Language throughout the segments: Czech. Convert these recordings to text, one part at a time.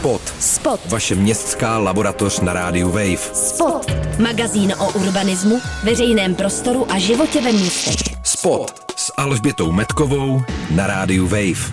Spot. Vaše městská laboratoř na rádiu Wave. Spot. Magazín o urbanismu, veřejném prostoru a životě ve městech. Spot s Alžbětou Metkovou na rádiu Wave.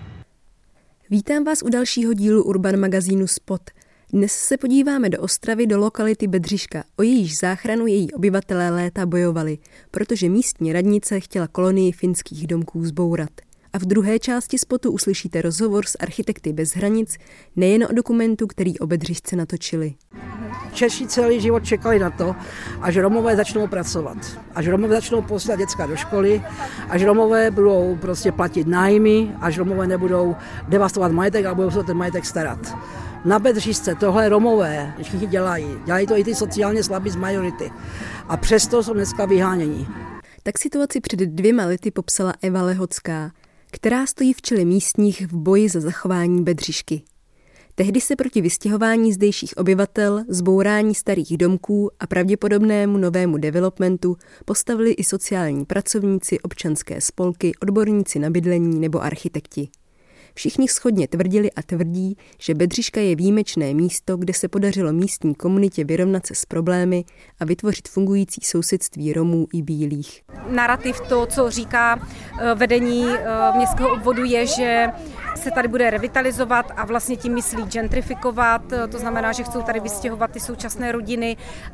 Vítám vás u dalšího dílu Urban magazínu Spot. Dnes se podíváme do Ostravy, do lokality Bedřiška. O jejíž záchranu její obyvatelé léta bojovali, protože místní radnice chtěla kolonii finských domků zbourat. A v druhé části spotu uslyšíte rozhovor s architekty bez hranic, nejen o dokumentu, který o Bedřišce natočili. Češi celý život čekali na to, až Romové začnou pracovat, až Romové začnou posílat děcka do školy, až Romové budou prostě platit nájmy, až Romové nebudou devastovat majetek a budou se o ten majetek starat. Na Bedřišce tohle Romové všichni dělají to i ty sociálně slabí z majority a přesto jsou dneska vyhánění. Tak situaci před 2 lety popsala Eva Lehodská, která stojí v čele místních v boji za zachování Bedřišky. Tehdy se proti vystěhování zdejších obyvatel, zbourání starých domků a pravděpodobnému novému developmentu postavili i sociální pracovníci, občanské spolky, odborníci na bydlení nebo architekti. Všichni shodně tvrdili a tvrdí, že Bedřiška je výjimečné místo, kde se podařilo místní komunitě vyrovnat se s problémy a vytvořit fungující sousedství Romů i bílých. Narativ to, co říká vedení městského obvodu, je, že se tady bude revitalizovat a vlastně tím myslí gentrifikovat, to znamená, že chcou tady vystěhovat ty současné rodiny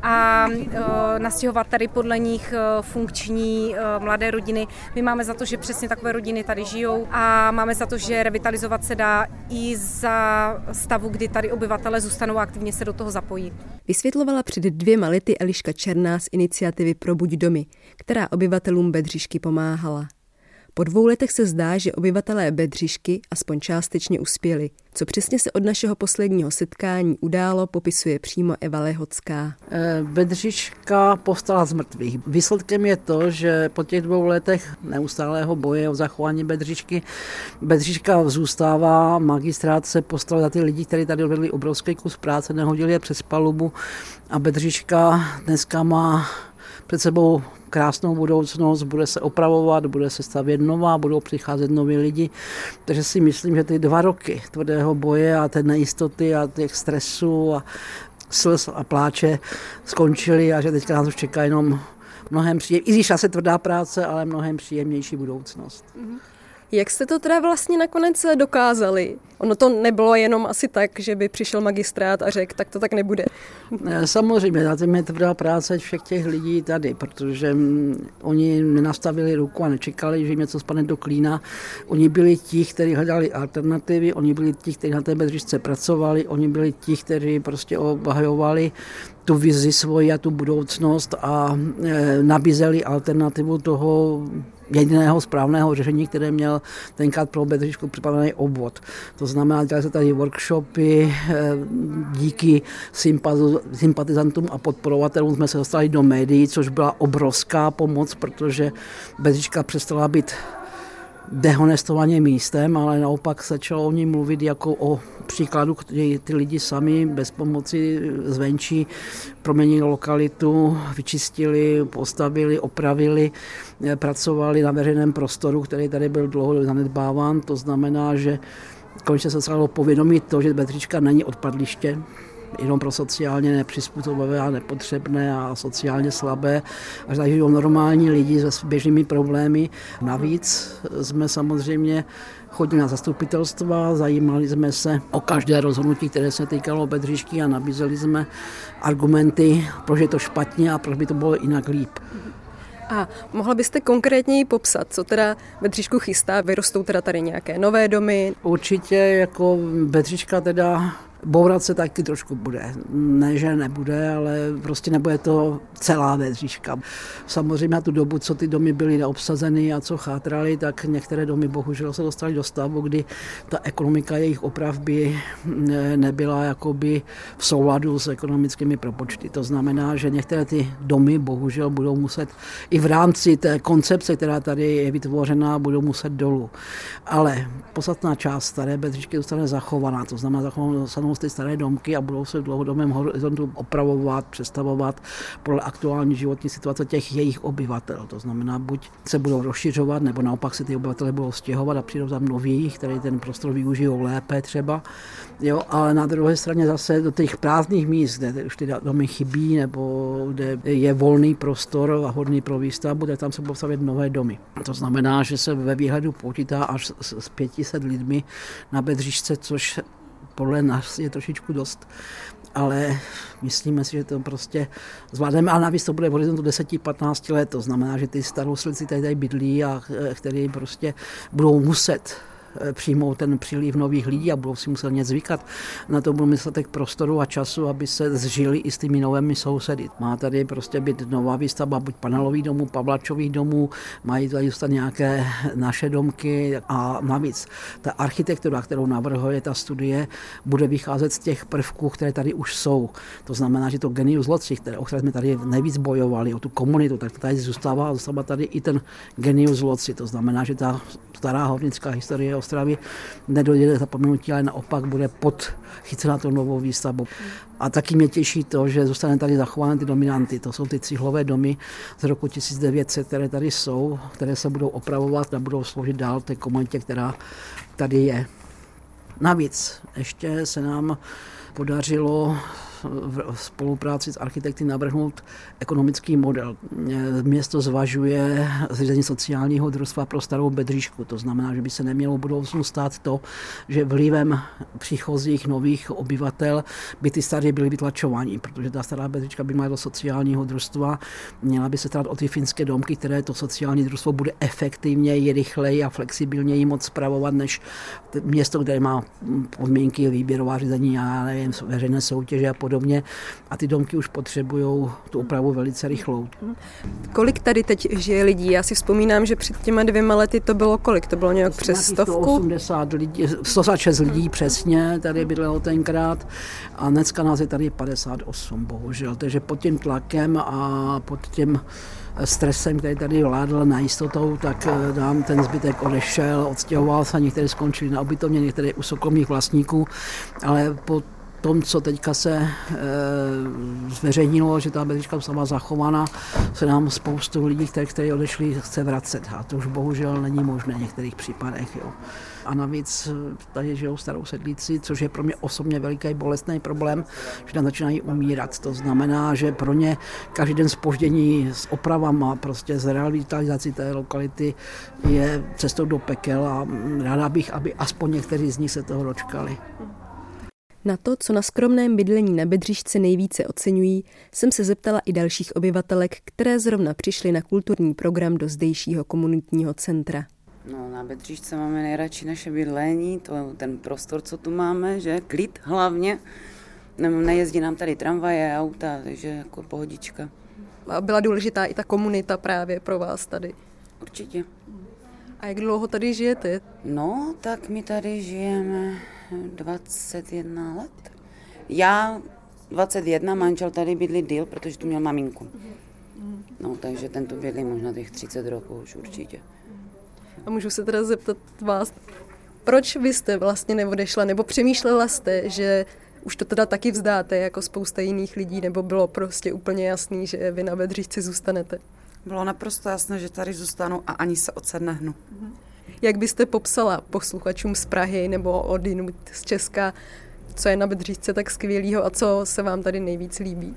a nastěhovat tady podle nich funkční mladé rodiny. My máme za to, že přesně takové rodiny tady žijou a máme za to, že revitalizovat se dá i za stavu, kdy tady obyvatele zůstanou a aktivně se do toho zapojí. Vysvětlovala před 2 lety Eliška Černá z iniciativy Probuď domy, která obyvatelům Bedřišky pomáhala. Po 2 letech se zdá, že obyvatelé Bedřišky aspoň částečně uspěli. Co přesně se od našeho posledního setkání událo, popisuje přímo Eva Lehodská. Bedřiška povstala z mrtvých. Výsledkem je to, že po těch 2 letech neustálého boje o zachování Bedřišky, Bedřiška zůstává, magistrát se postaral za ty lidi, kteří tady odvedli obrovský kus práce, nehodili je přes palubu a Bedřiška dneska má před sebou krásnou budoucnost, bude se opravovat, bude se stavět nová, budou přicházet noví lidi. Takže si myslím, že ty 2 roky tvrdého boje a té nejistoty a těch stresů a slz a pláče skončily a že teďka nás už čeká jenom mnohem příjemnější, i když asi tvrdá práce, ale mnohem příjemnější budoucnost. Jak jste to teda vlastně nakonec dokázali? Ono to nebylo jenom asi tak, že by přišel magistrát a řekl, tak to tak nebude. Samozřejmě, na tím je tvrdá práce všech těch lidí tady, protože oni nenastavili ruku a nečekali, že jim něco spadne do klína. Oni byli ti, kteří hledali alternativy, oni byli ti, kteří na té Bedřišce pracovali, oni byli ti, kteří prostě obhajovali tu vizi svoji a tu budoucnost a nabízeli alternativu toho jediného správného řešení, které měl tenkrát pro Bedřišku připravený obvod. To znamená, dělali se tady workshopy, díky sympatizantům a podporovatelům jsme se dostali do médií, což byla obrovská pomoc, protože Bedřiška přestala být dehonestovaně místem, ale naopak začalo o ní mluvit jako o příkladu, kdy ty lidi sami bez pomoci zvenčí proměnili lokalitu, vyčistili, postavili, opravili, pracovali na veřejném prostoru, který tady byl dlouho zanedbáván. To znamená, že konečně se stalo povědomí to, že Bedřiška není odpadliště, jenom pro sociálně nepřizpůsobivé a nepotřebné a sociálně slabé, až tady žijou normální lidi s běžnými problémy. Navíc jsme samozřejmě chodili na zastupitelstva, zajímali jsme se o každé rozhodnutí, které se týkalo Bedřišky a nabízeli jsme argumenty, proč je to špatně a proč by to bylo jinak líp. A mohla byste konkrétněji popsat, co teda Bedřišku chystá? Vyrostou teda tady nějaké nové domy? Určitě jako Bedřiška teda bourat se taky trošku bude. Ne, že nebude, ale prostě nebude to celá Bedřiška. Samozřejmě na tu dobu, co ty domy byly neobsazeny a co chátraly, tak některé domy bohužel se dostaly do stavu, kdy ta ekonomika jejich oprav by nebyla jakoby v souladu s ekonomickými propočty. To znamená, že některé ty domy bohužel budou muset i v rámci té koncepce, která tady je vytvořená, budou muset dolů. Ale podstatná část staré Bedřišky zůstane zachovaná. To znamená, zachovanou převezmou ty staré domky a budou se v dlouhodobém horizontu opravovat, přestavovat podle aktuální životní situace těch jejich obyvatel. To znamená, buď se budou rozšiřovat, nebo naopak se ty obyvatelé budou stěhovat a přijdou tam noví, kteří ten prostor využijou lépe třeba. Jo, ale na druhé straně zase do těch prázdných míst, kde už ty domy chybí, nebo kde je volný prostor a hodný pro výstavbu, tak tam se budou stavět nové domy. To znamená, že se ve výhledu počítá až s 500 lidmi na Bedřišce, což podle nás je trošičku dost, ale myslíme si, že to prostě zvládneme, a navíc to bude v horizontu 10-15 let, to znamená, že ty starostlíci tady bydlí a kteří prostě budou muset přijmout ten příliv nových lidí a budou si muset něco zvykat. Na to budou myslet prostoru a času, aby se zžili i s těmi novými sousedy. Má tady prostě být nová výstavba buď panelových domů, pavlačových domů, mají tady zůstat nějaké naše domky a navíc ta architektura, kterou navrhuje ta studie, bude vycházet z těch prvků, které tady už jsou. To znamená, že to genius loci, o které jsme tady nejvíc bojovali, o tu komunitu, tak tady zůstává tady i ten genius loci. To znamená, že ta stará hornická historie Ostravy nedojde zapomenutí, ale naopak bude podchycena tou novou výstavbou. A taky mě těší to, že zůstane tady zachovány ty dominanty. To jsou ty cihlové domy z roku 1900, které tady jsou, které se budou opravovat a budou sloužit dál té komunitě, která tady je. Navíc ještě se nám podařilo v spolupráci s architekty navrhnout ekonomický model. Město zvažuje zřízení sociálního družstva pro Starou Bedřišku. To znamená, že by se nemělo v budoucnu stát to, že vlivem příchozích nových obyvatel by ty staré byly vytlačováni, protože ta Stará Bedřička by měla do sociálního družstva, měla by se starat o ty finské domky, které to sociální družstvo bude efektivněji, rychleji a flexibilněji moc spravovat než město, kde má podmínky, výběrová řízení, já nevím, veřejné soutěže a podobně. A ty domky už potřebují tu opravu velice rychlou. Kolik tady teď žije lidí? Já si vzpomínám, že před těma 2 lety to bylo kolik? To bylo nějak přes 100? 180 lidí, 106 lidí přesně tady bydlelo tenkrát a dneska nás je tady 58, bohužel. Takže pod tím tlakem a pod tím stresem, který tady vládl na jistotou, tak nám ten zbytek odešel, odstěhoval se, některé skončili na ubytovně, některé u soukromých vlastníků, ale po tom, co teďka se zveřejnilo, že ta Bedřiška sama zachována, se nám spoustu lidí, kteří odešli, chce vracet. A to už bohužel není možné v některých případech. Jo. A navíc tady žijou starousedlíci, což je pro mě osobně veliký bolestný problém, že tam začínají umírat. To znamená, že pro ně každý den zpoždění s opravama, prostě s revitalizací té lokality je cestou do pekel a ráda bych, aby aspoň někteří z nich se toho dočkali. Na to, co na skromném bydlení na Bedřišce nejvíce oceňují, jsem se zeptala i dalších obyvatelek, které zrovna přišly na kulturní program do zdejšího komunitního centra. No, na Bedřišce máme nejradši naše bydlení, ten prostor, co tu máme, že klid hlavně. Nejezdí nám tady tramvaje, auta, takže jako pohodička. A byla důležitá i ta komunita právě pro vás tady? Určitě. A jak dlouho tady žijete? No, tak my tady žijeme 21 let. Já 21, manžel tady bydlí díl, protože tu měl maminku. No, takže ten tu bydlí možná těch 30 roků už určitě. A můžu se teda zeptat vás, proč vy jste vlastně neodešla, nebo přemýšlela jste, že už to teda taky vzdáte jako spousta jiných lidí, nebo bylo prostě úplně jasný, že vy na Bedřišce zůstanete? Bylo naprosto jasné, že tady zůstanu a ani se odsud nehnu. Jak byste popsala posluchačům z Prahy nebo odjinud z Česka, co je na Bedřišce tak skvělýho a co se vám tady nejvíc líbí?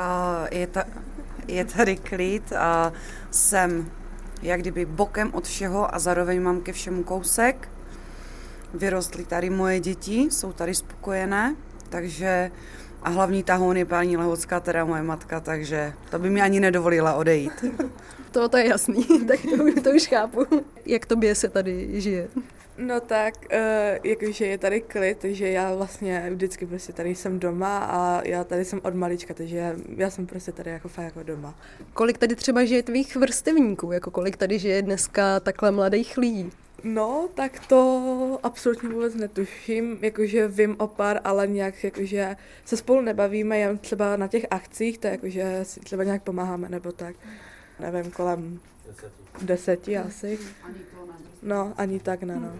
Je tady klid a jsem jak kdyby bokem od všeho a zároveň mám ke všemu kousek. Vyrostly tady moje děti, jsou tady spokojené, takže a hlavní tahoun je paní Lehocká, teda moje matka, takže to by mi ani nedovolila odejít. To je jasný, tak to už chápu. Jak tobě se tady žije? No tak, jakože je tady klid, takže já vlastně vždycky prostě tady jsem doma a já tady jsem od malička, takže já jsem prostě tady jako fakt jako doma. Kolik tady třeba žije tvých vrstevníků, jako kolik tady žije dneska takhle mladých lidí? No, tak to absolutně vůbec netuším, jakože vím o pár, ale nějak jakože se spolu nebavíme, jen třeba na těch akcích, to jakože si třeba nějak pomáháme nebo tak. Nevím, kolem 10 asi. No, ani tak ne, no.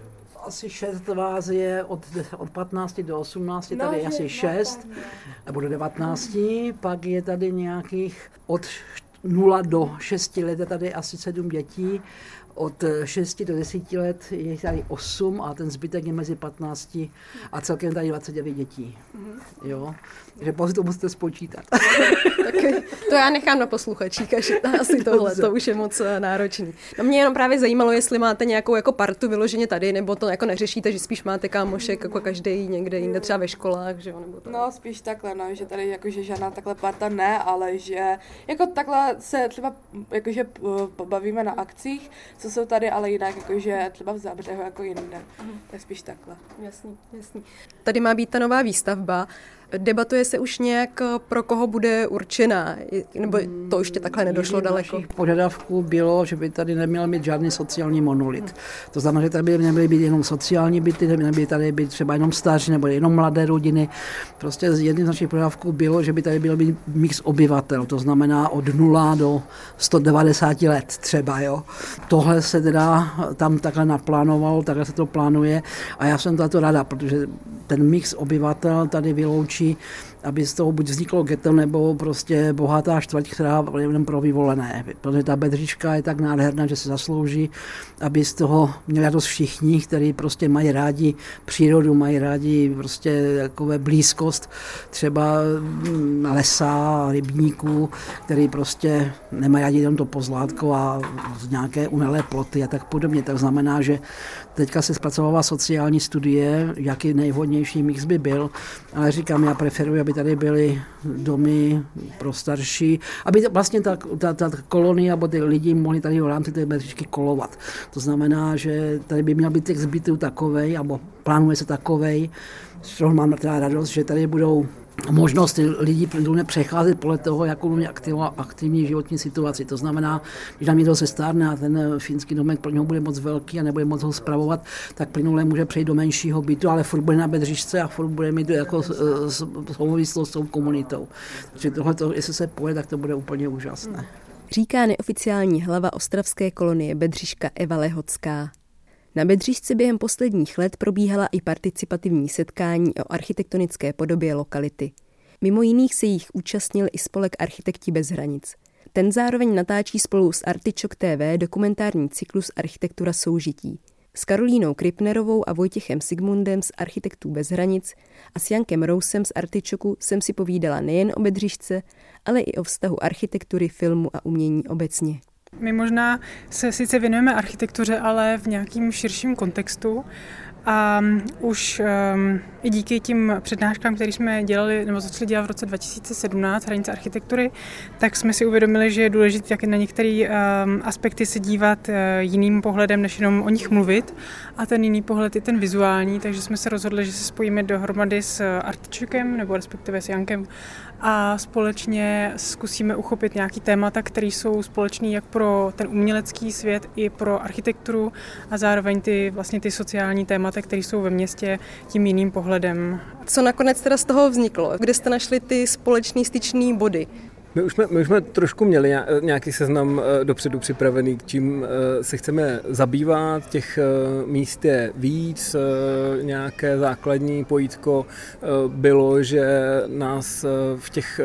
Asi 6 vás je od 15 do 18, tady je asi 6, nebo do 19, pak je tady nějakých od 0 do 6 let je tady asi 7 dětí, od 6 do 10 let je tady 8 a ten zbytek je mezi 15 a celkem tady 29 dětí. Jo? Takže později to musíte spočítat. Tak to já nechám na posluchačíka, že asi tohle, to už je moc náročný. No mě jenom právě zajímalo, jestli máte nějakou jako partu vyloženě tady, nebo to jako neřešíte, že spíš máte kámošek jako každý někde jinde, třeba ve školách, že jo? Nebo to... No spíš takhle, no, že tady jakože žádná takhle parta ne, ale že jako takhle se třeba jakože pobavíme na akcích, co jsou tady, ale jinak jakože třeba v Zábřehu jako jinde. Tak spíš takhle. Jasný. Tady má být ta nová výstavba. Debatuje se už nějak, pro koho bude určená, nebo to ještě takhle nedošlo daleko? Požadavků bylo, že by tady neměl mít žádný sociální monolit. To znamená, že tady by neměly být jenom sociální byty, neměly by tady být třeba jenom starší nebo jenom mladé rodiny. Prostě jedním z našich požadavků bylo, že by tady byl být mix obyvatel, to znamená od 0 do 190 let třeba. Jo. Tohle se teda tam takhle naplánovalo, takhle se to plánuje a já jsem za to ráda, protože ten mix obyvatel tady vyloučí, aby z toho buď vzniklo ghetto, nebo prostě bohatá čtvrť, která je jenom pro vyvolené. Protože ta Bedřiška je tak nádherná, že se zaslouží, aby z toho měli radost všichni, kteří prostě mají rádi přírodu, mají rádi prostě takové blízkost třeba lesa, rybníků, který prostě nemají rádi jenom to pozlátko a nějaké umělé ploty a tak podobně. To znamená, že teďka se zpracovává sociální studie, jaký nejvhodnější mix by byl, ale říkám, já preferuji, aby tady byly domy pro starší, aby vlastně ta kolonie nebo ty lidi mohli tady v rámci té Bedřišky kolovat. To znamená, že tady by měl být těch zbytů takovej, nebo plánuje se takovej, z toho mám teda radost, že tady budou možnost lidí přecházet podle toho, jakou mají aktivní životní situaci. To znamená, když nám někdo se stárne a ten finský domek pro něho bude moc velký a nebude moc ho spravovat, tak plynule může přejít do menšího bytu, ale furt bude na Bedřišce a furt bude mít jako souvislost s tou komunitou. Takže tohle, jestli se pojede, tak to bude úplně úžasné. Říká neoficiální hlava ostravské kolonie Bedřiška Eva Lehotská. Na Bedřišce během posledních let probíhala i participativní setkání o architektonické podobě lokality. Mimo jiných se jich účastnil i spolek Architekti bez hranic. Ten zároveň natáčí spolu s Artičok TV dokumentární cyklus Architektura soužití. S Karolínou Kripnerovou a Vojtěchem Sigmundem z Architektů bez hranic a s Jankem Rousem z Artičoku jsem si povídala nejen o Bedřišce, ale i o vztahu architektury, filmu a umění obecně. My možná se sice věnujeme architektuře, ale v nějakým širším kontextu. A už i díky tím přednáškám, které jsme dělali, nebo začali dělat v roce 2017, Hranice architektury, tak jsme si uvědomili, že je důležité jak na některé aspekty se dívat jiným pohledem, než jenom o nich mluvit. A ten jiný pohled je ten vizuální, takže jsme se rozhodli, že se spojíme dohromady s Artičokem, nebo respektive s Jankem, a společně zkusíme uchopit nějaký témata, které jsou společné jak pro ten umělecký svět, i pro architekturu a zároveň ty sociální témata, které jsou ve městě tím jiným pohledem. Co nakonec teda z toho vzniklo? Kde jste našli ty společné styčné body? My už jsme trošku měli nějaký seznam dopředu připravený, čím se chceme zabývat. Těch míst je víc. Nějaké základní pojítko bylo, že nás v těch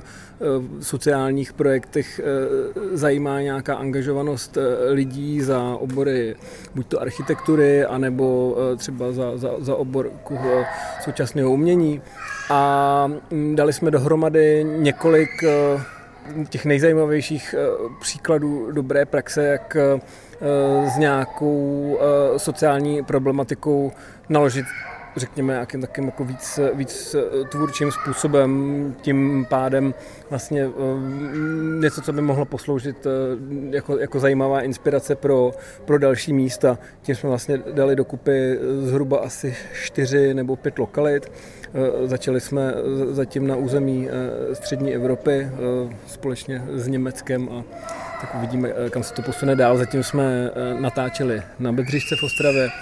sociálních projektech zajímá nějaká angažovanost lidí za obory buď to architektury, anebo třeba za obor současného umění. A dali jsme dohromady několik těch nejzajímavějších příkladů dobré praxe, jak s nějakou sociální problematikou naložit, řekněme, nějakým takým jako víc tvůrčím způsobem, tím pádem vlastně něco, co by mohlo posloužit jako zajímavá inspirace pro další místa. Tím jsme vlastně dali dokupy zhruba asi 4 nebo 5 lokalit. Začali jsme zatím na území střední Evropy společně s Německem a tak uvidíme, kam se to posune dál. Zatím jsme natáčeli na Bedřišce v Ostravě,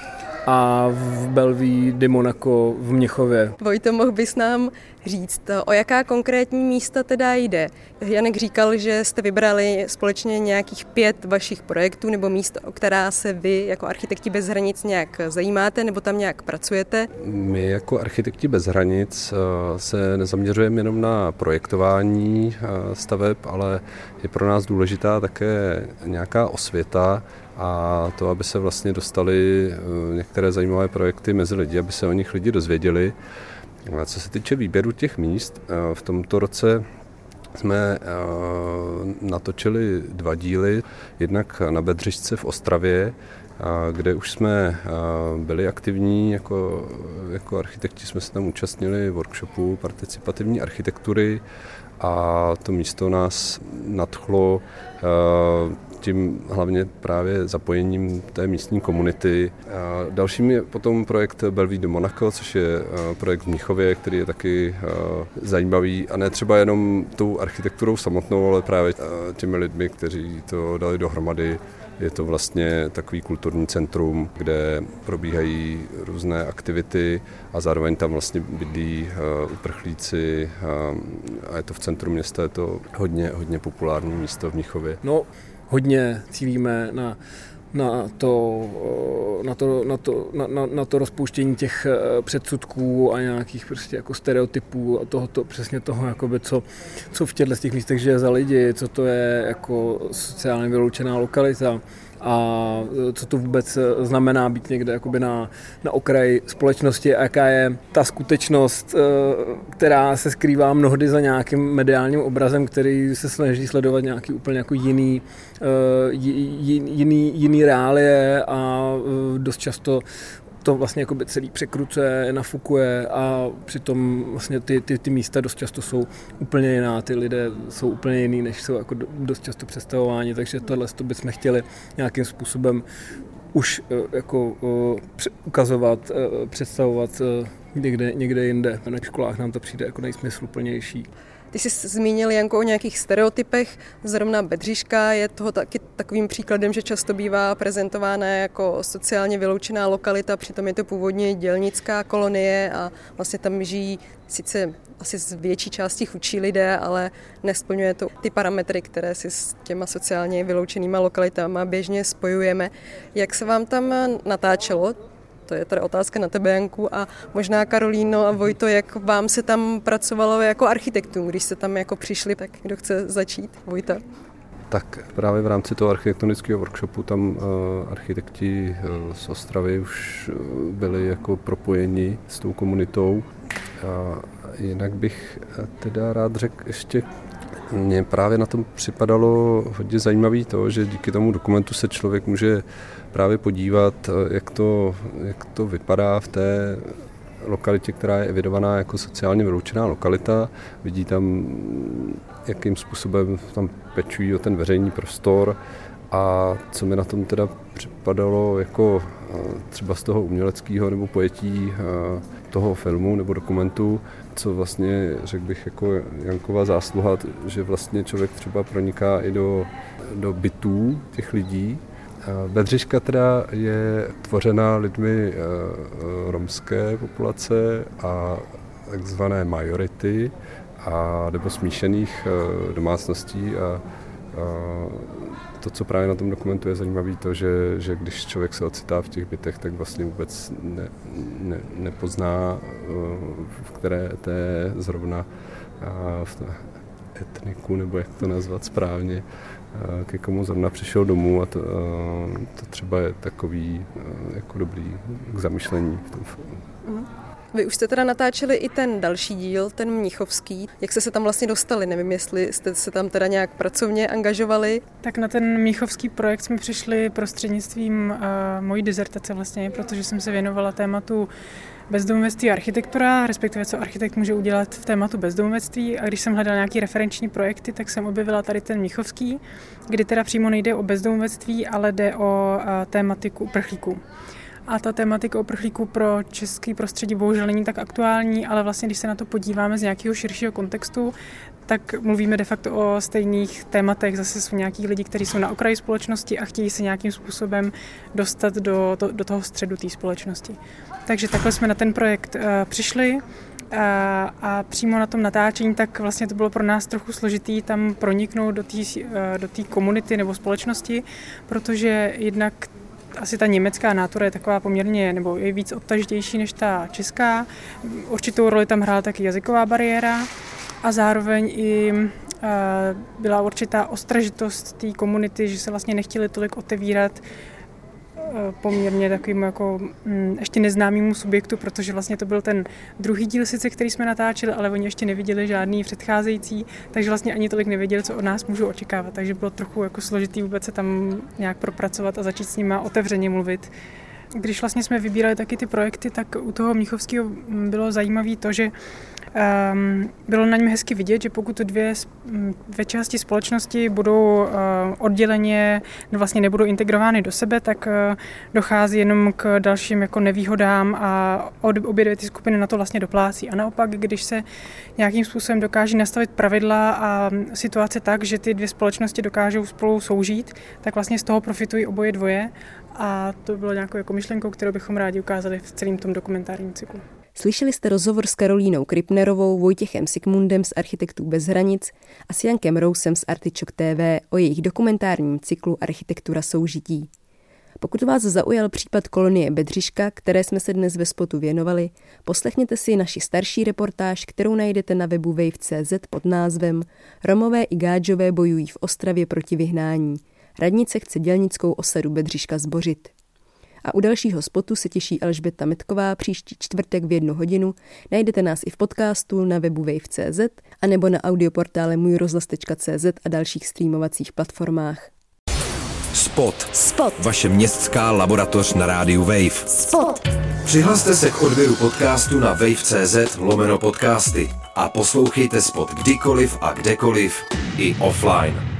a v Bellevue de Monaco v Mnichově. Vojto, mohl bys nám říct, o jaká konkrétní místa teda jde? Janek říkal, že jste vybrali společně nějakých 5 vašich projektů nebo míst, o která se vy jako architekti bez hranic nějak zajímáte nebo tam nějak pracujete. My jako architekti bez hranic se nezaměřujeme jenom na projektování staveb, ale je pro nás důležitá také nějaká osvěta a to, aby se vlastně dostali některé zajímavé projekty mezi lidi, aby se o nich lidi dozvěděli. A co se týče výběru těch míst, v tomto roce jsme natočili 2 díly, jednak na Bedřišce v Ostravě, kde už jsme byli aktivní, jako architekti jsme se tam účastnili workshopu participativní architektury a to místo nás nadchlo tím hlavně právě zapojením té místní komunity. Dalším je potom projekt Bellevue de Monaco, což je projekt v Mnichově, který je taky zajímavý a ne třeba jenom tou architekturou samotnou, ale právě těmi lidmi, kteří to dali dohromady. Je to vlastně takový kulturní centrum, kde probíhají různé aktivity a zároveň tam vlastně bydlí uprchlíci a je to v centru města, je to hodně populární místo v Mnichově. No, hodně cílíme na to rozpouštění těch předsudků a nějakých prostě jako stereotypů a přesně toho, jakoby, co v těch místech žije za lidi, co to je jako sociálně vyloučená lokalita a co to vůbec znamená být někde jakoby na okraji společnosti a jaká je ta skutečnost, která se skrývá mnohdy za nějakým mediálním obrazem, který se snaží sledovat nějaký úplně jako jiný reálie a dost často to vlastně jako celý překrucuje, nafukuje a přitom vlastně ty místa dost často jsou úplně jiná, ty lidé jsou úplně jiný, než jsou jako dost často představováni, takže tohle bychom chtěli nějakým způsobem už jako ukazovat, představovat někde jinde. Na školách nám to přijde jako nejsmysluplnější. Ty jsi zmínil, Janko, o nějakých stereotypech. Zrovna Bedřiška je toho taky takovým příkladem, že často bývá prezentována jako sociálně vyloučená lokalita, přitom je to původně dělnická kolonie a vlastně tam žijí sice asi z větší části chudší lidé, ale nesplňuje to ty parametry, které si s těma sociálně vyloučenýma lokalitama běžně spojujeme. Jak se vám tam natáčelo? To je tady otázka na tebe, Janku, a možná Karolíno a Vojto, jak vám se tam pracovalo jako architektům, když jste tam jako přišli, tak kdo chce začít? Vojta? Tak právě v rámci toho architektonického workshopu tam architekti z Ostravy už byli jako propojeni s tou komunitou. A jinak bych teda rád řekl ještě, mně právě na tom připadalo hodně zajímavé to, že díky tomu dokumentu se člověk může právě podívat, jak to vypadá v té lokalitě, která je evidovaná jako sociálně vyloučená lokalita. Vidí tam, jakým způsobem tam pečují o ten veřejný prostor a co mi na tom teda připadalo jako třeba z toho uměleckého nebo pojetí toho filmu nebo dokumentu, co vlastně, řekl bych, jako Jankova zásluha, že vlastně člověk třeba proniká i do bytů těch lidí. Bedřiška teda je tvořena lidmi romské populace a takzvané majority nebo smíšených domácností a to, co právě na tom dokumentu je zajímavé, to, že když člověk se ocitá v těch bytech, tak vlastně vůbec nepozná, v které té zrovna v etniku, nebo jak to nazvat správně, ke komu zrovna přišel domů a to třeba je takový jako dobrý k zamyšlení v tom filmu. Vy už jste teda natáčeli i ten další díl, ten mnichovský. Jak jste se tam vlastně dostali? Nevím, jestli jste se tam teda nějak pracovně angažovali. Tak na ten mnichovský projekt jsme přišli prostřednictvím mojí dizertace vlastně, protože jsem se věnovala tématu bezdomovectví a architektura, respektive co architekt může udělat v tématu bezdomovectví. A když jsem hledala nějaký referenční projekty, tak jsem objevila tady ten mnichovský, kdy teda přímo nejde o bezdomovectví, ale jde o tématiku uprchlíků. A ta tematika uprchlíků pro český prostředí bohužel není tak aktuální, ale vlastně když se na to podíváme z nějakého širšího kontextu, tak mluvíme de facto o stejných tématech. Zase jsou nějaký lidi, kteří jsou na okraji společnosti a chtějí se nějakým způsobem dostat do toho středu té společnosti. Takže takhle jsme na ten projekt přišli a přímo na tom natáčení, tak vlastně to bylo pro nás trochu složitý tam proniknout do té komunity nebo společnosti, protože jednak asi ta německá nátura je taková poměrně, nebo je víc odtažitější než ta česká. Určitou roli tam hrála taky jazyková bariéra a zároveň i byla určitá ostražitost té komunity, že se vlastně nechtěli tolik otevírat poměrně takovým jako ještě neznámému subjektu, protože vlastně to byl ten druhý díl sice, který jsme natáčeli, ale oni ještě neviděli žádný předcházející, takže vlastně ani tolik nevěděli, co od nás můžou očekávat, takže bylo trochu jako složitý vůbec se tam nějak propracovat a začít s nima otevřeně mluvit. Když vlastně jsme vybírali taky ty projekty, tak u toho Mnichovského bylo zajímavé to, že bylo na něm hezky vidět, že pokud dvě části společnosti budou odděleně, vlastně nebudou integrovány do sebe, tak dochází jenom k dalším jako nevýhodám a obě dvě ty skupiny na to vlastně doplácí. A naopak, když se nějakým způsobem dokáží nastavit pravidla a situace tak, že ty dvě společnosti dokážou spolu soužít, tak vlastně z toho profitují oboje dvoje. A to bylo nějakou jako myšlenkou, kterou bychom rádi ukázali v celém tom dokumentárním cyklu. Slyšeli jste rozhovor s Karolínou Krippnerovou, Vojtěchem Sikmundem z Architektů bez hranic a s Jankem Rousem z Artičok TV o jejich dokumentárním cyklu Architektura soužití. Pokud vás zaujal případ kolonie Bedřiška, které jsme se dnes ve spotu věnovali, poslechněte si naši starší reportáž, kterou najdete na webu wave.cz pod názvem Romové i Gádžové bojují v Ostravě proti vyhnání. Radnice chce dělnickou osadu Bedřiška zbořit. A u dalšího spotu se těší Alžběta Metková příští čtvrtek v 1 hodinu. Najdete nás i v podcastu na webu wave.cz a nebo na audioportále můjrozhlas.cz a dalších streamovacích platformách. Spot. Vaše městská laboratoř na rádiu Wave. Spot. Přihlaste se k odběru podcastu na wave.cz/podcasty a poslouchejte Spot kdykoliv a kdekoliv i offline.